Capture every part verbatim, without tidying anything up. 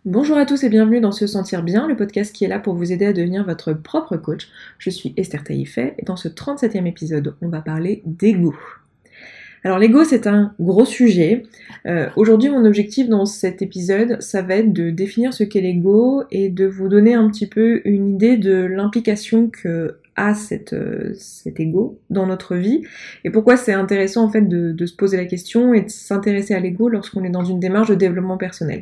Bonjour à tous et bienvenue dans Se Sentir Bien, le podcast qui est là pour vous aider à devenir votre propre coach. Je suis Esther Taïfet et dans ce trente-septième épisode, on va parler d'ego. Alors l'ego, c'est un gros sujet. Euh, aujourd'hui, mon objectif dans cet épisode, ça va être de définir ce qu'est l'ego et de vous donner un petit peu une idée de l'implication que a cette, euh, cet ego dans notre vie et pourquoi c'est intéressant en fait de, de se poser la question et de s'intéresser à l'ego lorsqu'on est dans une démarche de développement personnel.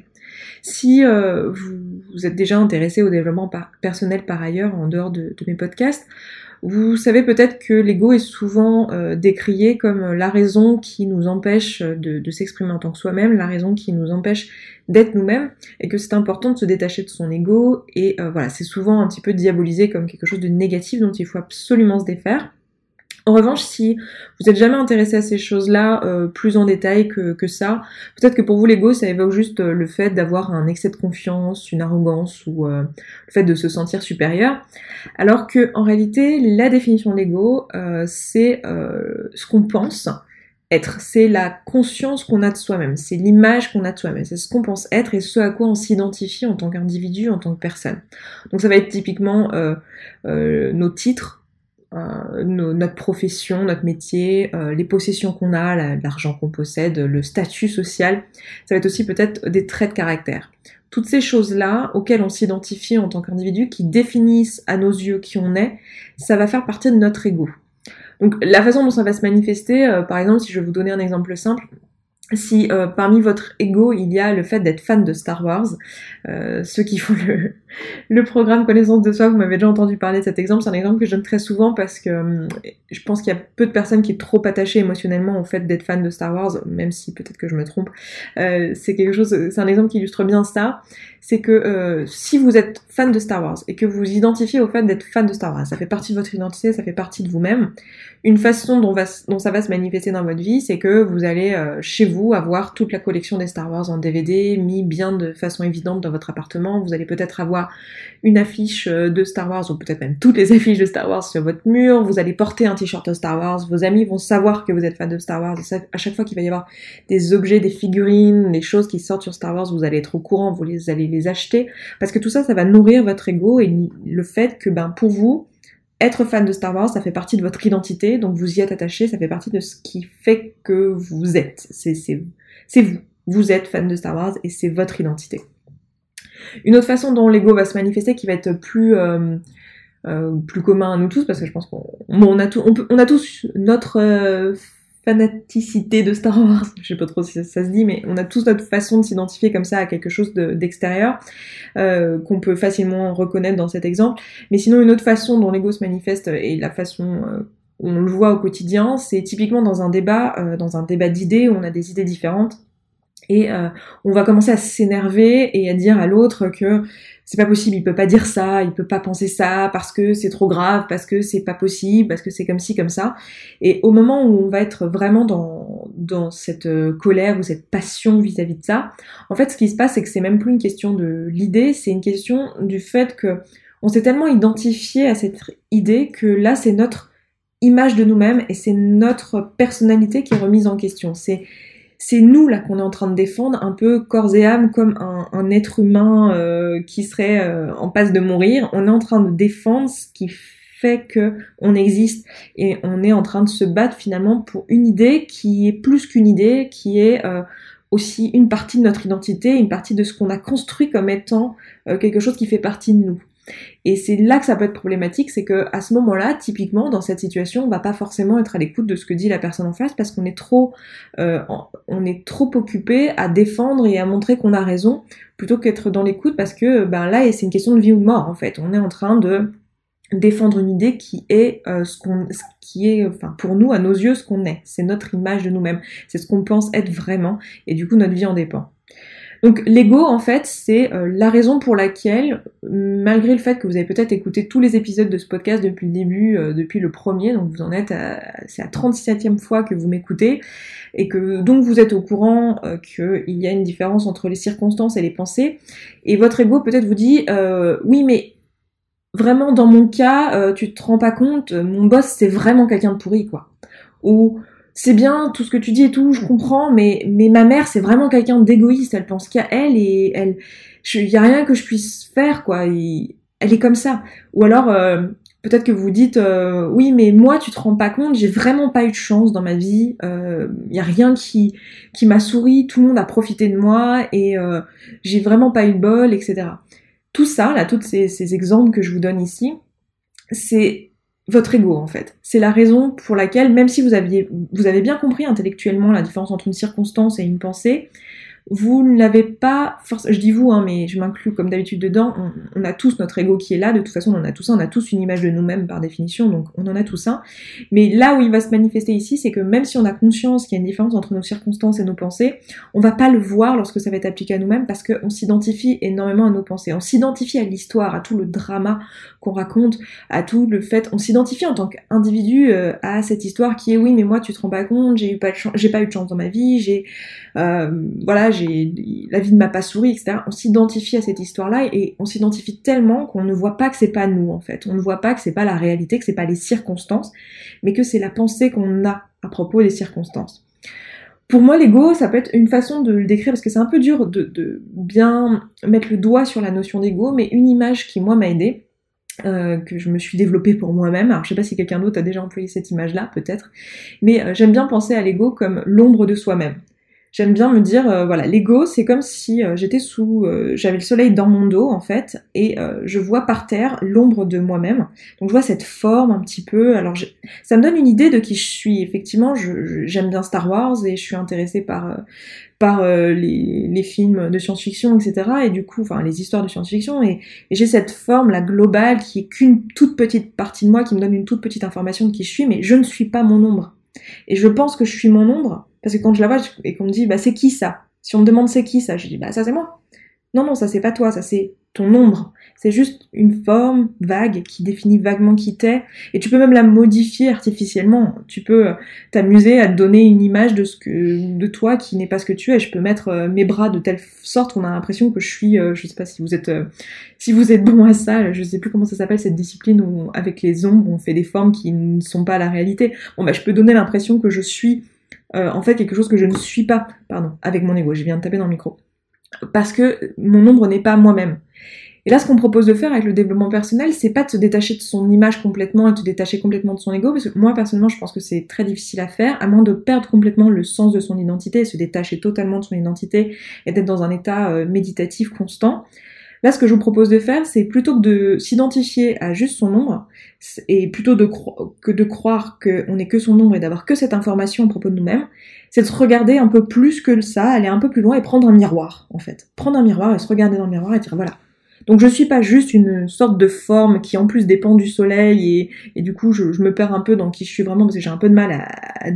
Si euh, vous, vous êtes déjà intéressé au développement par, personnel par ailleurs en dehors de, de mes podcasts, vous savez peut-être que l'ego est souvent euh, décrié comme la raison qui nous empêche de, de s'exprimer en tant que soi-même, la raison qui nous empêche d'être nous-mêmes, et que c'est important de se détacher de son ego, et euh, voilà, c'est souvent un petit peu diabolisé comme quelque chose de négatif dont il faut absolument se défaire. En revanche, si vous êtes jamais intéressé à ces choses-là euh, plus en détail que, que ça, peut-être que pour vous l'ego, ça évoque juste euh, le fait d'avoir un excès de confiance, une arrogance ou euh, le fait de se sentir supérieur, alors que en réalité, la définition de l'ego, euh, c'est euh, ce qu'on pense être, c'est la conscience qu'on a de soi-même, c'est l'image qu'on a de soi-même, c'est ce qu'on pense être et ce à quoi on s'identifie en tant qu'individu, en tant que personne. Donc ça va être typiquement euh, euh, nos titres, Euh, nos, notre profession, notre métier, euh, les possessions qu'on a, la, l'argent qu'on possède, le statut social. Ça va être aussi peut-être des traits de caractère. Toutes ces choses-là auxquelles on s'identifie en tant qu'individu, qui définissent à nos yeux qui on est, ça va faire partie de notre ego. Donc la façon dont ça va se manifester, euh, par exemple, si je vais vous donner un exemple simple, si euh, parmi votre ego il y a le fait d'être fan de Star Wars, euh, ceux qui font le, le programme Connaissance de Soi, vous m'avez déjà entendu parler de cet exemple, c'est un exemple que je donne très souvent parce que euh, je pense qu'il y a peu de personnes qui sont trop attachées émotionnellement au fait d'être fan de Star Wars, même si peut-être que je me trompe. Euh, c'est quelque chose, c'est un exemple qui illustre bien ça, c'est que euh, si vous êtes fan de Star Wars et que vous vous identifiez au fait d'être fan de Star Wars, ça fait partie de votre identité, ça fait partie de vous-même, une façon dont, va, dont ça va se manifester dans votre vie, c'est que vous allez euh, chez vous avoir toute la collection des Star Wars en D V D, mis bien de façon évidente dans votre appartement, vous allez peut-être avoir une affiche de Star Wars, ou peut-être même toutes les affiches de Star Wars sur votre mur, vous allez porter un t-shirt de Star Wars, vos amis vont savoir que vous êtes fan de Star Wars, et ça, à chaque fois qu'il va y avoir des objets, des figurines, des choses qui sortent sur Star Wars, vous allez être au courant, vous les, allez les acheter, parce que tout ça, ça va nourrir votre ego, et le fait que, ben, pour vous, être fan de Star Wars, ça fait partie de votre identité, donc vous y êtes attaché, ça fait partie de ce qui fait que vous êtes. C'est, c'est, c'est vous. Vous êtes fan de Star Wars et c'est votre identité. Une autre façon dont l'ego va se manifester, qui va être plus euh, euh, plus commun à nous tous, parce que je pense qu'on on a, tout, on peut, on a tous notre euh, fanaticité de Star Wars, je sais pas trop si ça, ça se dit, mais on a tous notre façon de s'identifier comme ça à quelque chose de, d'extérieur, euh, qu'on peut facilement reconnaître dans cet exemple. Mais sinon, une autre façon dont l'ego se manifeste, et la façon euh, où on le voit au quotidien, c'est typiquement dans un débat, euh, dans un débat d'idées, où on a des idées différentes, et euh, on va commencer à s'énerver et à dire à l'autre que c'est pas possible, il peut pas dire ça, il peut pas penser ça, parce que c'est trop grave, parce que c'est pas possible, parce que c'est comme ci, comme ça. Et au moment où on va être vraiment dans, dans cette colère ou cette passion vis-à-vis de ça, en fait, ce qui se passe, c'est que c'est même plus une question de l'idée, c'est une question du fait que on s'est tellement identifié à cette idée que là, c'est notre image de nous-mêmes et c'est notre personnalité qui est remise en question. C'est C'est nous là qu'on est en train de défendre, un peu corps et âme, comme un, un être humain euh, qui serait euh, en passe de mourir. On est en train de défendre ce qui fait que on existe et on est en train de se battre finalement pour une idée qui est plus qu'une idée, qui est euh, aussi une partie de notre identité, une partie de ce qu'on a construit comme étant euh, quelque chose qui fait partie de nous. Et c'est là que ça peut être problématique, c'est que à ce moment-là, typiquement, dans cette situation, on va pas forcément être à l'écoute de ce que dit la personne en face parce qu'on est trop, euh, on est trop occupé à défendre et à montrer qu'on a raison plutôt qu'être dans l'écoute parce que ben là, c'est une question de vie ou de mort en fait. On est en train de défendre une idée qui est euh, ce qu'on, ce qui est, enfin pour nous, à nos yeux, ce qu'on est. C'est notre image de nous-mêmes. C'est ce qu'on pense être vraiment et du coup notre vie en dépend. Donc l'ego, en fait, c'est euh, la raison pour laquelle, malgré le fait que vous avez peut-être écouté tous les épisodes de ce podcast depuis le début, euh, depuis le premier, donc vous en êtes à, c'est la trente-septième fois que vous m'écoutez, et que donc vous êtes au courant euh, qu'il y a une différence entre les circonstances et les pensées, et votre ego peut-être vous dit euh, « Oui, mais vraiment dans mon cas, euh, tu te rends pas compte, mon boss c'est vraiment quelqu'un de pourri, quoi. » Ou c'est bien tout ce que tu dis et tout, je comprends, mais, mais ma mère, c'est vraiment quelqu'un d'égoïste, elle pense qu'à elle et elle, il y a rien que je puisse faire, quoi. Il, elle est comme ça. Ou alors, euh, peut-être que vous vous dites, euh, oui, mais moi, tu te rends pas compte, j'ai vraiment pas eu de chance dans ma vie. Il euh, y a rien qui qui m'a souri, tout le monde a profité de moi et euh, j'ai vraiment pas eu de bol, et cetera. Tout ça, là, tous ces, ces exemples que je vous donne ici, c'est votre ego, en fait. C'est la raison pour laquelle, même si vous aviez, vous avez bien compris intellectuellement la différence entre une circonstance et une pensée, vous ne l'avez pas forcément, je dis vous, hein, mais je m'inclus comme d'habitude dedans, on, on a tous notre ego qui est là, de toute façon on en a tous un, on a tous une image de nous-mêmes par définition, donc on en a tous un, mais là où il va se manifester ici, c'est que même si on a conscience qu'il y a une différence entre nos circonstances et nos pensées, on va pas le voir lorsque ça va être appliqué à nous-mêmes, parce qu'on s'identifie énormément à nos pensées, on s'identifie à l'histoire, à tout le drama qu'on raconte, à tout le fait, on s'identifie en tant qu'individu euh, à cette histoire qui est oui mais moi tu te rends pas compte, j'ai eu pas de chance, j'ai pas eu de chance dans ma vie, j'ai euh, voilà, j'ai, la vie ne m'a pas souri, et cetera. On s'identifie à cette histoire-là et on s'identifie tellement qu'on ne voit pas que c'est pas nous, en fait. On ne voit pas que c'est pas la réalité, que c'est pas les circonstances, mais que c'est la pensée qu'on a à propos des circonstances. Pour moi, l'ego, ça peut être une façon de le décrire, parce que c'est un peu dur de, de bien mettre le doigt sur la notion d'ego, mais une image qui, moi, m'a aidée, Euh, que je me suis développée pour moi-même. Alors je sais pas si quelqu'un d'autre a déjà employé cette image-là, peut-être, mais euh, j'aime bien penser à l'ego comme l'ombre de soi-même. J'aime bien me dire, euh, voilà, l'ego, c'est comme si euh, j'étais sous, euh, j'avais le soleil dans mon dos en fait, et euh, je vois par terre l'ombre de moi-même. Donc je vois cette forme un petit peu. Alors je, ça me donne une idée de qui je suis. Effectivement, je, je, j'aime bien Star Wars et je suis intéressée par euh, par euh, les, les films de science-fiction, et cetera. Et du coup, enfin les histoires de science-fiction, et, et j'ai cette forme là globale qui est qu'une toute petite partie de moi, qui me donne une toute petite information de qui je suis, mais je ne suis pas mon ombre. Et je pense que je suis mon ombre, parce que quand je la vois et qu'on me dit bah c'est qui ça, si on me demande c'est qui ça, je dis bah ça c'est moi. Non non, ça c'est pas toi, ça c'est ton ombre. C'est juste une forme vague qui définit vaguement qui t'es, et tu peux même la modifier artificiellement. Tu peux t'amuser à te donner une image de ce que de toi qui n'est pas ce que tu es. Je peux mettre mes bras de telle sorte qu'on a l'impression que je suis, euh, je sais pas si vous êtes euh, si vous êtes bon à ça, je sais plus comment ça s'appelle cette discipline où avec les ombres on fait des formes qui ne sont pas la réalité. Bon bah je peux donner l'impression que je suis euh, en fait quelque chose que je ne suis pas, pardon, avec mon ego, je viens de taper dans le micro. Parce que mon ombre n'est pas moi-même. Et là, ce qu'on propose de faire avec le développement personnel, c'est pas de se détacher de son image complètement et de se détacher complètement de son ego, parce que moi, personnellement, je pense que c'est très difficile à faire, à moins de perdre complètement le sens de son identité, et se détacher totalement de son identité, et d'être dans un état euh, méditatif constant. Là, ce que je vous propose de faire, c'est plutôt que de s'identifier à juste son ombre, et plutôt de cro- que de croire qu'on n'est que son ombre et d'avoir que cette information à propos de nous-mêmes, c'est de se regarder un peu plus que ça, aller un peu plus loin et prendre un miroir, en fait. Prendre un miroir et se regarder dans le miroir et dire voilà. Donc je suis pas juste une sorte de forme qui en plus dépend du soleil et, et du coup je, je me perds un peu dans qui je suis vraiment parce que j'ai un peu de mal à, à,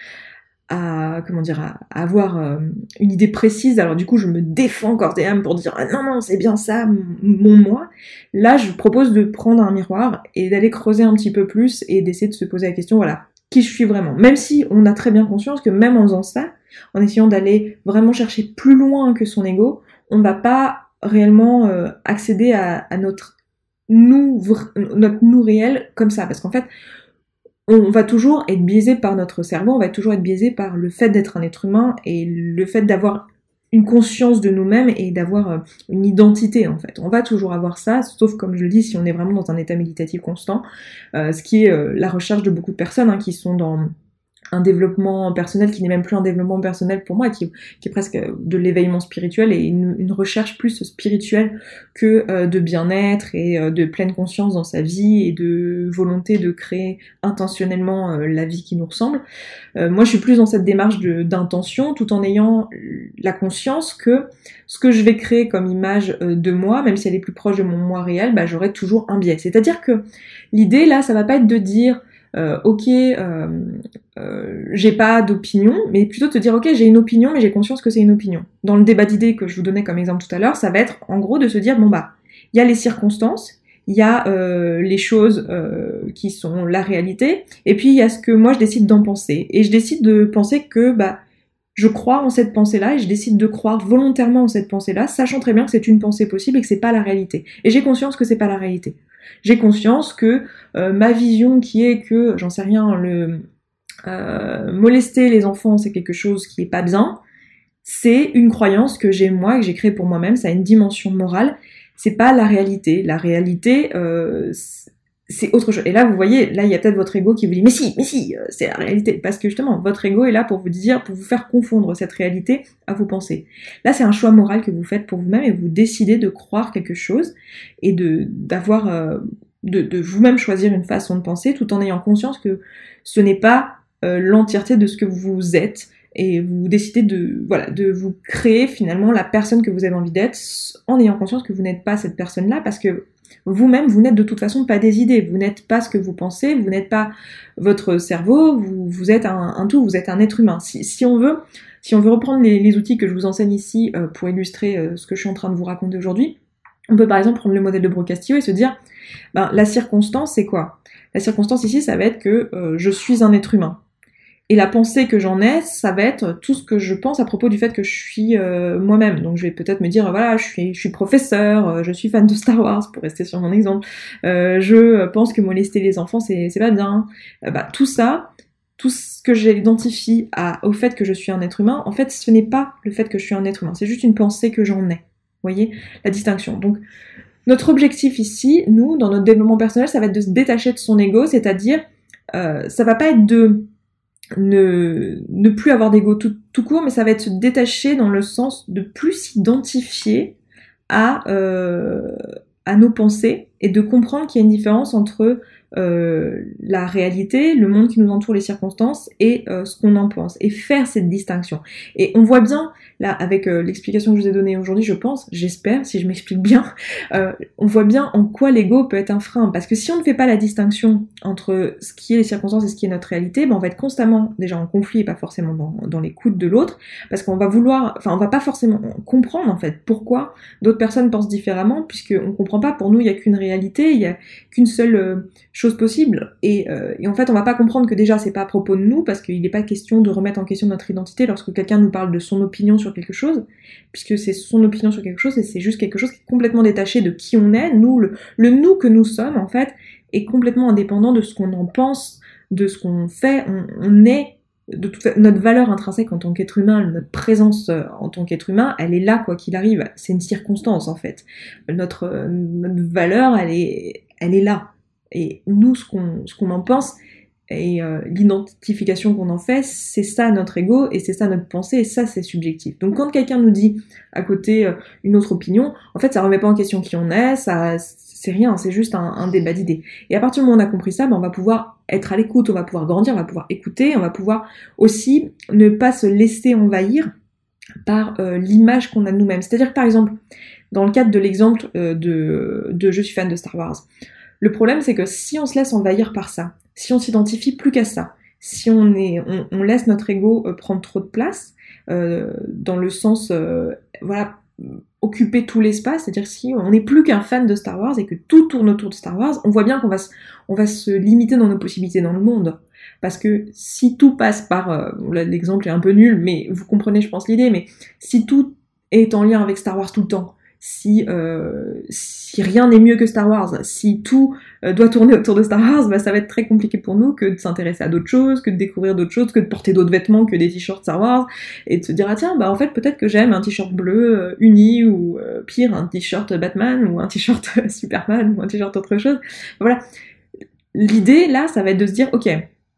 à comment dire à, à avoir euh, une idée précise. Alors du coup je me défends corps et âme pour dire ah, non non c'est bien ça mon, mon moi. Là je propose de prendre un miroir et d'aller creuser un petit peu plus et d'essayer de se poser la question voilà qui je suis vraiment. Même si on a très bien conscience que même en faisant ça, en essayant d'aller vraiment chercher plus loin que son ego, on va pas réellement euh, accéder à, à notre nous notre nous réel comme ça, parce qu'en fait on va toujours être biaisé par notre cerveau, on va toujours être biaisé par le fait d'être un être humain et le fait d'avoir une conscience de nous-mêmes et d'avoir une identité en fait. On va toujours avoir ça, sauf comme je le dis, si on est vraiment dans un état méditatif constant, euh, ce qui est euh, la recherche de beaucoup de personnes hein, qui sont dans un développement personnel qui n'est même plus un développement personnel pour moi, qui, qui est presque de l'éveillement spirituel et une, une recherche plus spirituelle que euh, de bien-être et euh, de pleine conscience dans sa vie et de volonté de créer intentionnellement euh, la vie qui nous ressemble. Euh, moi, je suis plus dans cette démarche de, d'intention, tout en ayant la conscience que ce que je vais créer comme image euh, de moi, même si elle est plus proche de mon moi réel, bah, j'aurai toujours un biais. C'est-à-dire que l'idée, là, ça va pas être de dire Euh, ok, euh, euh, j'ai pas d'opinion, mais plutôt te dire ok, j'ai une opinion, mais j'ai conscience que c'est une opinion. Dans le débat d'idées que je vous donnais comme exemple tout à l'heure, ça va être en gros de se dire bon bah, il y a les circonstances, il y a euh, les choses euh, qui sont la réalité, et puis il y a ce que moi je décide d'en penser. Et je décide de penser que bah je crois en cette pensée-là et je décide de croire volontairement en cette pensée-là, sachant très bien que c'est une pensée possible et que c'est pas la réalité. Et j'ai conscience que c'est pas la réalité. J'ai conscience que euh, ma vision qui est que, j'en sais rien, le euh, molester les enfants c'est quelque chose qui est pas bien, c'est une croyance que j'ai moi, que j'ai créée pour moi-même, ça a une dimension morale, c'est pas la réalité. La réalité, euh, c'est autre chose. Et là, vous voyez, là, il y a peut-être votre ego qui vous dit « Mais si, mais si, c'est la réalité !» Parce que justement, votre ego est là pour vous dire, pour vous faire confondre cette réalité à vos pensées. Là, c'est un choix moral que vous faites pour vous-même et vous décidez de croire quelque chose et de d'avoir, euh, de, de vous-même choisir une façon de penser tout en ayant conscience que ce n'est pas euh, l'entièreté de ce que vous êtes. Et vous décidez de, voilà, de vous créer finalement la personne que vous avez envie d'être en ayant conscience que vous n'êtes pas cette personne-là parce que vous-même, vous n'êtes de toute façon pas des idées, vous n'êtes pas ce que vous pensez, vous n'êtes pas votre cerveau, vous, vous êtes un, un tout, vous êtes un être humain. Si, si on veut, si on veut reprendre les, les outils que je vous enseigne ici euh, pour illustrer euh, ce que je suis en train de vous raconter aujourd'hui, on peut par exemple prendre le modèle de Brocastillo et se dire, ben, la circonstance, c'est quoi ? La circonstance ici, ça va être que euh, je suis un être humain. Et la pensée que j'en ai, ça va être tout ce que je pense à propos du fait que je suis euh, moi-même. Donc je vais peut-être me dire, voilà, je suis, je suis professeur, euh, je suis fan de Star Wars, pour rester sur mon exemple. Euh, je pense que molester les enfants, c'est, c'est pas bien. Euh, bah, tout ça, tout ce que j'identifie à, au fait que je suis un être humain, en fait, ce n'est pas le fait que je suis un être humain. C'est juste une pensée que j'en ai. Vous voyez la distinction. Donc, notre objectif ici, nous, dans notre développement personnel, ça va être de se détacher de son ego, c'est-à-dire, euh, ça va pas être de... Ne, ne plus avoir d'ego tout, tout court, mais ça va être se détacher dans le sens de plus s'identifier à, euh, à nos pensées et de comprendre qu'il y a une différence entre euh, la réalité, le monde qui nous entoure, les circonstances et euh, ce qu'on en pense, et faire cette distinction. Et on voit bien, là, avec euh, l'explication que je vous ai donnée aujourd'hui, je pense, j'espère, si je m'explique bien, euh, on voit bien en quoi l'ego peut être un frein, parce que si on ne fait pas la distinction entre ce qui est les circonstances et ce qui est notre réalité, ben on va être constamment déjà en conflit et pas forcément dans, dans l'écoute de l'autre, parce qu'on va vouloir, enfin on va pas forcément comprendre en fait pourquoi d'autres personnes pensent différemment, puisqu'on comprend pas, pour nous il y a qu'une réalité, il y a qu'une seule euh, chose possible, et, euh, et en fait on va pas comprendre que déjà c'est pas à propos de nous, parce qu'il n'est pas question de remettre en question notre identité lorsque quelqu'un nous parle de son opinion sur quelque chose, puisque c'est son opinion sur quelque chose et c'est juste quelque chose qui est complètement détaché de qui on est, nous, le, le nous que nous sommes en fait, est complètement indépendant de ce qu'on en pense, de ce qu'on fait, on, on est, de toute façon, notre valeur intrinsèque en tant qu'être humain, notre présence en tant qu'être humain, elle est là quoi qu'il arrive, c'est une circonstance en fait, notre, notre valeur elle est, elle est là, et nous ce qu'on, ce qu'on en pense, et euh, l'identification qu'on en fait, c'est ça notre ego, et c'est ça notre pensée, et ça c'est subjectif. Donc quand quelqu'un nous dit à côté euh, une autre opinion, en fait ça remet pas en question qui on est, ça c'est rien, c'est juste un, un débat d'idées. Et à partir du moment où on a compris ça, ben on va pouvoir être à l'écoute, on va pouvoir grandir, on va pouvoir écouter, on va pouvoir aussi ne pas se laisser envahir par euh, l'image qu'on a de nous-mêmes. C'est-à-dire que par exemple, dans le cadre de l'exemple euh, de, de je suis fan de Star Wars, le problème c'est que si on se laisse envahir par ça, si on s'identifie plus qu'à ça, si on, est, on, on laisse notre ego euh, prendre trop de place, euh, dans le sens, euh, voilà, occuper tout l'espace, c'est-à-dire si on n'est plus qu'un fan de Star Wars et que tout tourne autour de Star Wars, on voit bien qu'on va se, on va se limiter dans nos possibilités dans le monde. Parce que si tout passe par, euh, là, l'exemple est un peu nul, mais vous comprenez je pense l'idée, mais si tout est en lien avec Star Wars tout le temps, si, euh, si rien n'est mieux que Star Wars, si tout euh, doit tourner autour de Star Wars, bah, ça va être très compliqué pour nous que de s'intéresser à d'autres choses, que de découvrir d'autres choses, que de porter d'autres vêtements que des t-shirts Star Wars, et de se dire ah tiens bah en fait peut-être que j'aime un t-shirt bleu euh, uni, ou euh, pire un t-shirt Batman, ou un t-shirt Superman, ou un t-shirt autre chose. Voilà, l'idée là ça va être de se dire ok,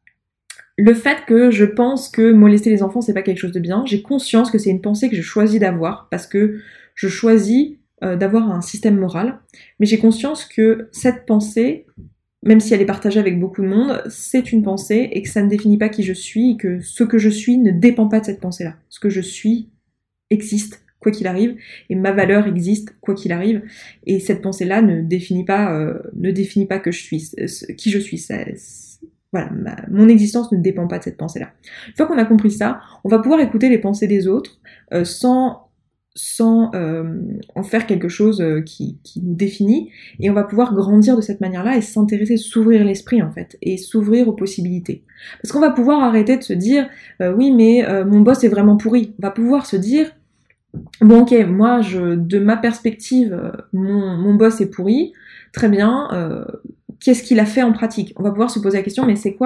le fait que je pense que molester les enfants c'est pas quelque chose de bien, j'ai conscience que c'est une pensée que je choisis d'avoir, parce que je choisis euh, d'avoir un système moral, mais j'ai conscience que cette pensée, même si elle est partagée avec beaucoup de monde, c'est une pensée et que ça ne définit pas qui je suis, et que ce que je suis ne dépend pas de cette pensée-là. Ce que je suis existe, quoi qu'il arrive, et ma valeur existe, quoi qu'il arrive, et cette pensée-là ne définit pas, euh, ne définit pas que je suis, qui je suis. Ça, voilà, ma, mon existence ne dépend pas de cette pensée-là. Une fois qu'on a compris ça, on va pouvoir écouter les pensées des autres euh, sans sans euh, en faire quelque chose euh, qui, qui nous définit, et on va pouvoir grandir de cette manière-là et s'intéresser, s'ouvrir l'esprit en fait, et s'ouvrir aux possibilités. Parce qu'on va pouvoir arrêter de se dire euh, oui mais euh, mon boss est vraiment pourri. On va pouvoir se dire bon ok, moi je, de ma perspective, euh, mon, mon boss est pourri, très bien, euh, qu'est-ce qu'il a fait en pratique? On va pouvoir se poser la question mais c'est quoi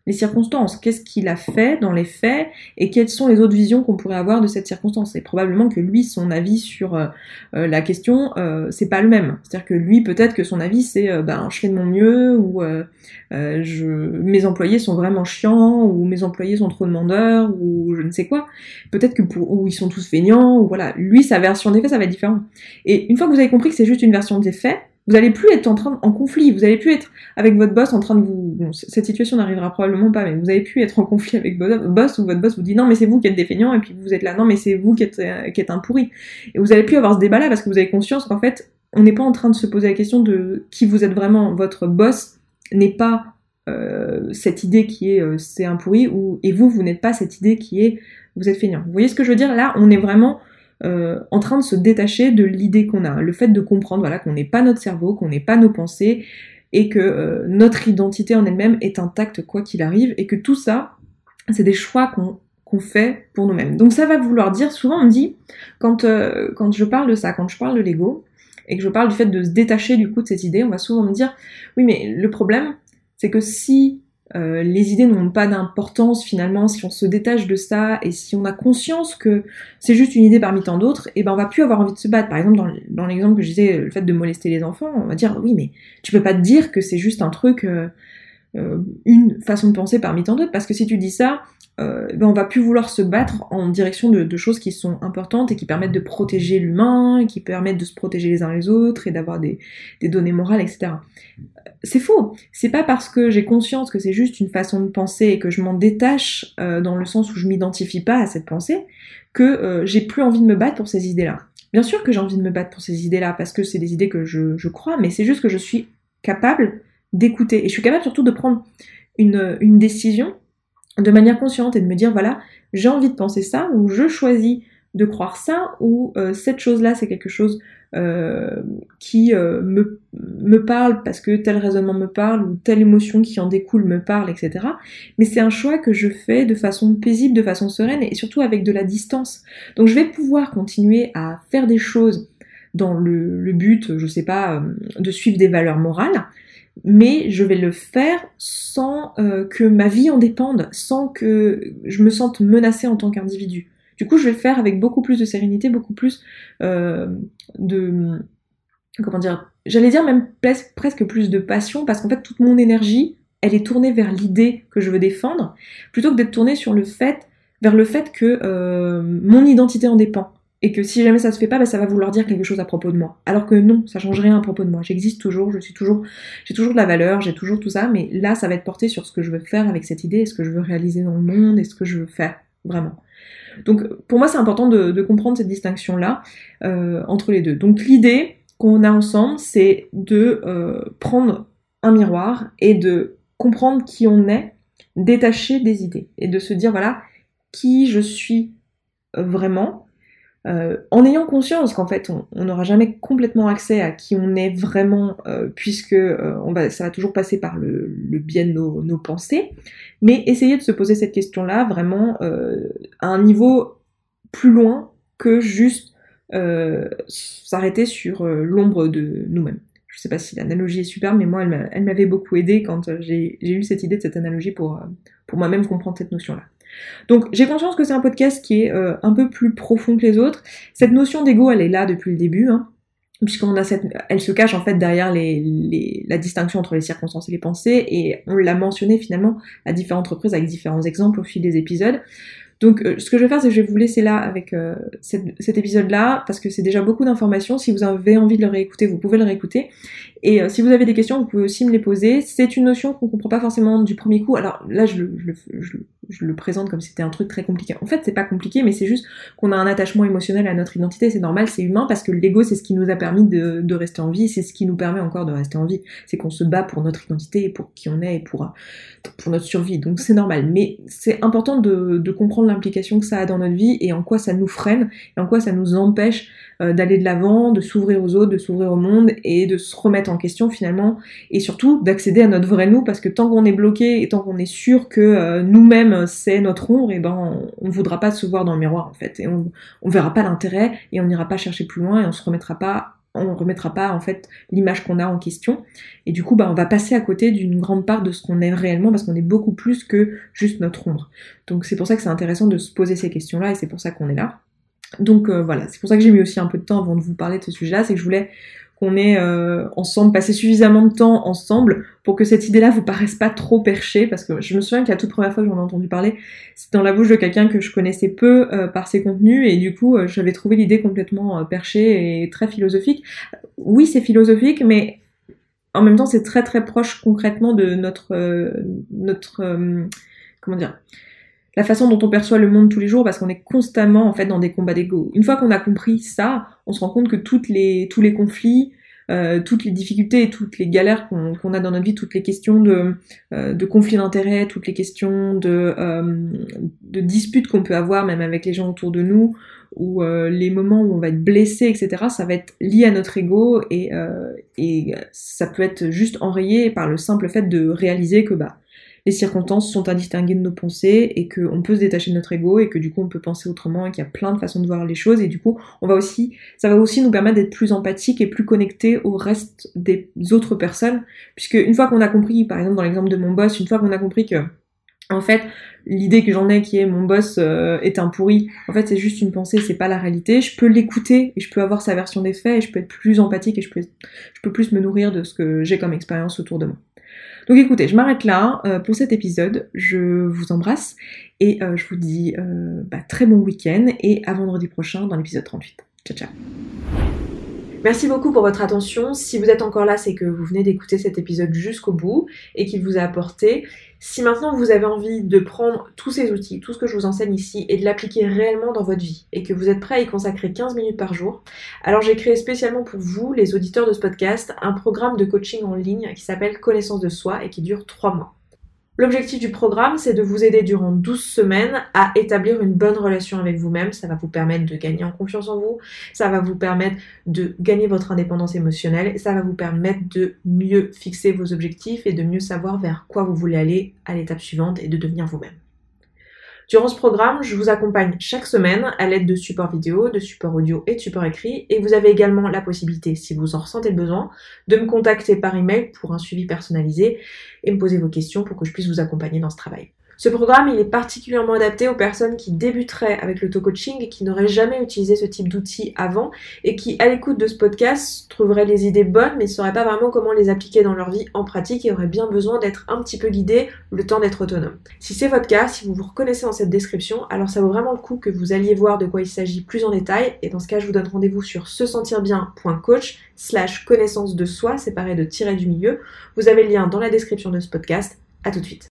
les circonstances, qu'est-ce qu'il a fait dans les faits et quelles sont les autres visions qu'on pourrait avoir de cette circonstance. Et probablement que lui, son avis sur euh, euh, la question, euh, c'est pas le même. C'est-à-dire que lui, peut-être que son avis, c'est euh, ben je fais de mon mieux, ou euh, euh, je, mes employés sont vraiment chiants, ou mes employés sont trop demandeurs, ou je ne sais quoi. Peut-être que pour, ou ils sont tous feignants, ou voilà. Lui, sa version des faits, ça va être différent. Et une fois que vous avez compris que c'est juste une version des faits, vous allez plus être en train en conflit, vous allez plus être avec votre boss en train de vous... Bon, cette situation n'arrivera probablement pas, mais vous allez plus être en conflit avec votre boss, où votre boss vous dit non mais c'est vous qui êtes des feignants, et puis vous êtes là non mais c'est vous qui êtes, euh, qui êtes un pourri. Et vous allez plus avoir ce débat-là parce que vous avez conscience qu'en fait, on n'est pas en train de se poser la question de qui vous êtes vraiment. Votre boss n'est pas euh, cette idée qui est euh, c'est un pourri, ou, et vous, vous n'êtes pas cette idée qui est vous êtes feignant. Vous voyez ce que je veux dire? Là, on est vraiment... Euh, en train de se détacher de l'idée qu'on a, le fait de comprendre voilà, qu'on n'est pas notre cerveau, qu'on n'est pas nos pensées, et que euh, notre identité en elle-même est intacte quoi qu'il arrive, et que tout ça, c'est des choix qu'on, qu'on fait pour nous-mêmes. Donc ça va vouloir dire, souvent on me dit, quand, euh, quand je parle de ça, quand je parle de l'ego, et que je parle du fait de se détacher du coup de cette idée, on va souvent me dire, oui mais le problème, c'est que si Euh, les idées n'ont pas d'importance finalement, si on se détache de ça et si on a conscience que c'est juste une idée parmi tant d'autres, et ben on va plus avoir envie de se battre. Par exemple, dans, dans l'exemple que je disais, le fait de molester les enfants, on va dire oui mais tu peux pas te dire que c'est juste un truc, euh, euh, une façon de penser parmi tant d'autres, parce que si tu dis ça, euh, ben on va plus vouloir se battre en direction de, de choses qui sont importantes et qui permettent de protéger l'humain, et qui permettent de se protéger les uns les autres et d'avoir des, des données morales, et cetera. C'est faux. C'est pas parce que j'ai conscience que c'est juste une façon de penser et que je m'en détache euh, dans le sens où je m'identifie pas à cette pensée que euh, j'ai plus envie de me battre pour ces idées-là. Bien sûr que j'ai envie de me battre pour ces idées-là parce que c'est des idées que je, je crois, mais c'est juste que je suis capable d'écouter et je suis capable surtout de prendre une, une décision de manière consciente et de me dire voilà, j'ai envie de penser ça, ou je choisis de croire ça, ou euh, cette chose-là c'est quelque chose euh, qui euh, me, me parle parce que tel raisonnement me parle, ou telle émotion qui en découle me parle, et cetera. Mais c'est un choix que je fais de façon paisible, de façon sereine, et surtout avec de la distance. Donc je vais pouvoir continuer à faire des choses dans le, le but, je sais pas, euh, de suivre des valeurs morales, mais je vais le faire sans euh, que ma vie en dépende, sans que je me sente menacée en tant qu'individu. Du coup, je vais le faire avec beaucoup plus de sérénité, beaucoup plus euh, de... Comment dire? J'allais dire même pres- presque plus de passion, parce qu'en fait, toute mon énergie, elle est tournée vers l'idée que je veux défendre, plutôt que d'être tournée sur le fait, vers le fait que euh, mon identité en dépend. Et que si jamais ça se fait pas, bah, ça va vouloir dire quelque chose à propos de moi. Alors que non, ça change rien à propos de moi. J'existe toujours, je suis toujours, j'ai toujours de la valeur, j'ai toujours tout ça, mais là, ça va être porté sur ce que je veux faire avec cette idée, et ce que je veux réaliser dans le monde, et ce que je veux faire, vraiment. Donc, pour moi, c'est important de, de comprendre cette distinction-là euh, entre les deux. Donc, l'idée qu'on a ensemble, c'est de euh, prendre un miroir et de comprendre qui on est, détaché des idées, et de se dire, voilà, qui je suis vraiment, Euh, en ayant conscience qu'en fait on n'aura jamais complètement accès à qui on est vraiment, euh, puisque euh, on va, ça va toujours passer par le, le biais de nos, nos pensées, mais essayer de se poser cette question-là vraiment euh, à un niveau plus loin que juste euh, s'arrêter sur euh, l'ombre de nous-mêmes. Je sais pas si l'analogie est super, mais moi elle, m'a, elle m'avait beaucoup aidée quand j'ai, j'ai eu cette idée de cette analogie pour, pour moi-même comprendre cette notion-là. Donc j'ai conscience que c'est un podcast qui est euh, un peu plus profond que les autres. Cette notion d'ego, elle est là depuis le début, hein, puisqu'on a cette, elle se cache en fait derrière les, les, la distinction entre les circonstances et les pensées, et on l'a mentionné finalement à différentes reprises avec différents exemples au fil des épisodes. Donc euh, ce que je vais faire, c'est que je vais vous laisser là avec euh, cette, cet épisode-là, parce que c'est déjà beaucoup d'informations. Si vous avez envie de le réécouter, vous pouvez le réécouter. Et euh, si vous avez des questions, vous pouvez aussi me les poser. C'est une notion qu'on comprend pas forcément du premier coup. Alors là, je le, je le, je le, je le présente comme si c'était un truc très compliqué. En fait, c'est pas compliqué, mais c'est juste qu'on a un attachement émotionnel à notre identité. C'est normal, c'est humain, parce que l'ego, c'est ce qui nous a permis de, de rester en vie. C'est ce qui nous permet encore de rester en vie. C'est qu'on se bat pour notre identité et pour qui on est et pour, pour notre survie. Donc c'est normal. Mais c'est important de, de comprendre l'implication que ça a dans notre vie et en quoi ça nous freine et en quoi ça nous empêche euh, d'aller de l'avant, de s'ouvrir aux autres, de s'ouvrir au monde et de se remettre en question finalement, et surtout d'accéder à notre vrai nous, parce que tant qu'on est bloqué et tant qu'on est sûr que euh, nous-mêmes c'est notre ombre, et ben on, on voudra pas se voir dans le miroir en fait, et on, on verra pas l'intérêt et on n'ira pas chercher plus loin et on se remettra pas on remettra pas en fait l'image qu'on a en question, et du coup bah on va passer à côté d'une grande part de ce qu'on est réellement, parce qu'on est beaucoup plus que juste notre ombre. Donc c'est pour ça que c'est intéressant de se poser ces questions-là, et c'est pour ça qu'on est là. Donc euh, voilà, c'est pour ça que j'ai mis aussi un peu de temps avant de vous parler de ce sujet-là, c'est que je voulais qu'on ait euh, ensemble, passé suffisamment de temps ensemble pour que cette idée-là vous paraisse pas trop perchée, parce que je me souviens que la toute première fois que j'en ai entendu parler, c'était dans la bouche de quelqu'un que je connaissais peu euh, par ses contenus, et du coup, euh, j'avais trouvé l'idée complètement euh, perchée et très philosophique. Oui, c'est philosophique, mais en même temps, c'est très très proche concrètement de notre... Euh, notre euh, comment dire la façon dont on perçoit le monde tous les jours, parce qu'on est constamment en fait dans des combats d'ego. Une fois qu'on a compris ça, on se rend compte que toutes les, tous les conflits, euh, toutes les difficultés et toutes les galères qu'on, qu'on a dans notre vie, toutes les questions de, euh, de conflits d'intérêts, toutes les questions de, euh, de disputes qu'on peut avoir même avec les gens autour de nous, ou euh, les moments où on va être blessé, et cetera, ça va être lié à notre ego, et, euh, et ça peut être juste enrayé par le simple fait de réaliser que bah les circonstances sont indistinguées de nos pensées, et qu'on peut se détacher de notre ego, et que du coup on peut penser autrement, et qu'il y a plein de façons de voir les choses, et du coup on va aussi, ça va aussi nous permettre d'être plus empathique et plus connecté au reste des autres personnes, puisque une fois qu'on a compris, par exemple dans l'exemple de mon boss, une fois qu'on a compris que en fait, l'idée que j'en ai qui est mon boss euh, est un pourri, en fait c'est juste une pensée, c'est pas la réalité, je peux l'écouter et je peux avoir sa version des faits, et je peux être plus empathique, et je peux, je peux plus me nourrir de ce que j'ai comme expérience autour de moi. Donc écoutez, je m'arrête là euh, pour cet épisode, je vous embrasse, et euh, je vous dis euh, bah, très bon week-end, et à vendredi prochain dans l'épisode trente-huit. Ciao ciao. Merci beaucoup pour votre attention. Si vous êtes encore là, c'est que vous venez d'écouter cet épisode jusqu'au bout et qu'il vous a apporté. Si maintenant vous avez envie de prendre tous ces outils, tout ce que je vous enseigne ici, et de l'appliquer réellement dans votre vie, et que vous êtes prêt à y consacrer quinze minutes par jour, alors j'ai créé spécialement pour vous, les auditeurs de ce podcast, un programme de coaching en ligne qui s'appelle Connaissance de soi et qui dure trois mois. L'objectif du programme, c'est de vous aider durant douze semaines à établir une bonne relation avec vous-même. Ça va vous permettre de gagner en confiance en vous, ça va vous permettre de gagner votre indépendance émotionnelle, et ça va vous permettre de mieux fixer vos objectifs et de mieux savoir vers quoi vous voulez aller à l'étape suivante et de devenir vous-même. Durant ce programme, je vous accompagne chaque semaine à l'aide de supports vidéo, de supports audio et de supports écrits, et vous avez également la possibilité, si vous en ressentez le besoin, de me contacter par email pour un suivi personnalisé et me poser vos questions pour que je puisse vous accompagner dans ce travail. Ce programme, il est particulièrement adapté aux personnes qui débuteraient avec l'auto-coaching et qui n'auraient jamais utilisé ce type d'outils avant, et qui, à l'écoute de ce podcast, trouveraient les idées bonnes mais ne sauraient pas vraiment comment les appliquer dans leur vie en pratique, et auraient bien besoin d'être un petit peu guidés le temps d'être autonomes. Si c'est votre cas, si vous vous reconnaissez dans cette description, alors ça vaut vraiment le coup que vous alliez voir de quoi il s'agit plus en détail, et dans ce cas, je vous donne rendez-vous sur se sentir bien point coach slash connaissance de soi, séparé de tiret du milieu. Vous avez le lien dans la description de ce podcast. À tout de suite.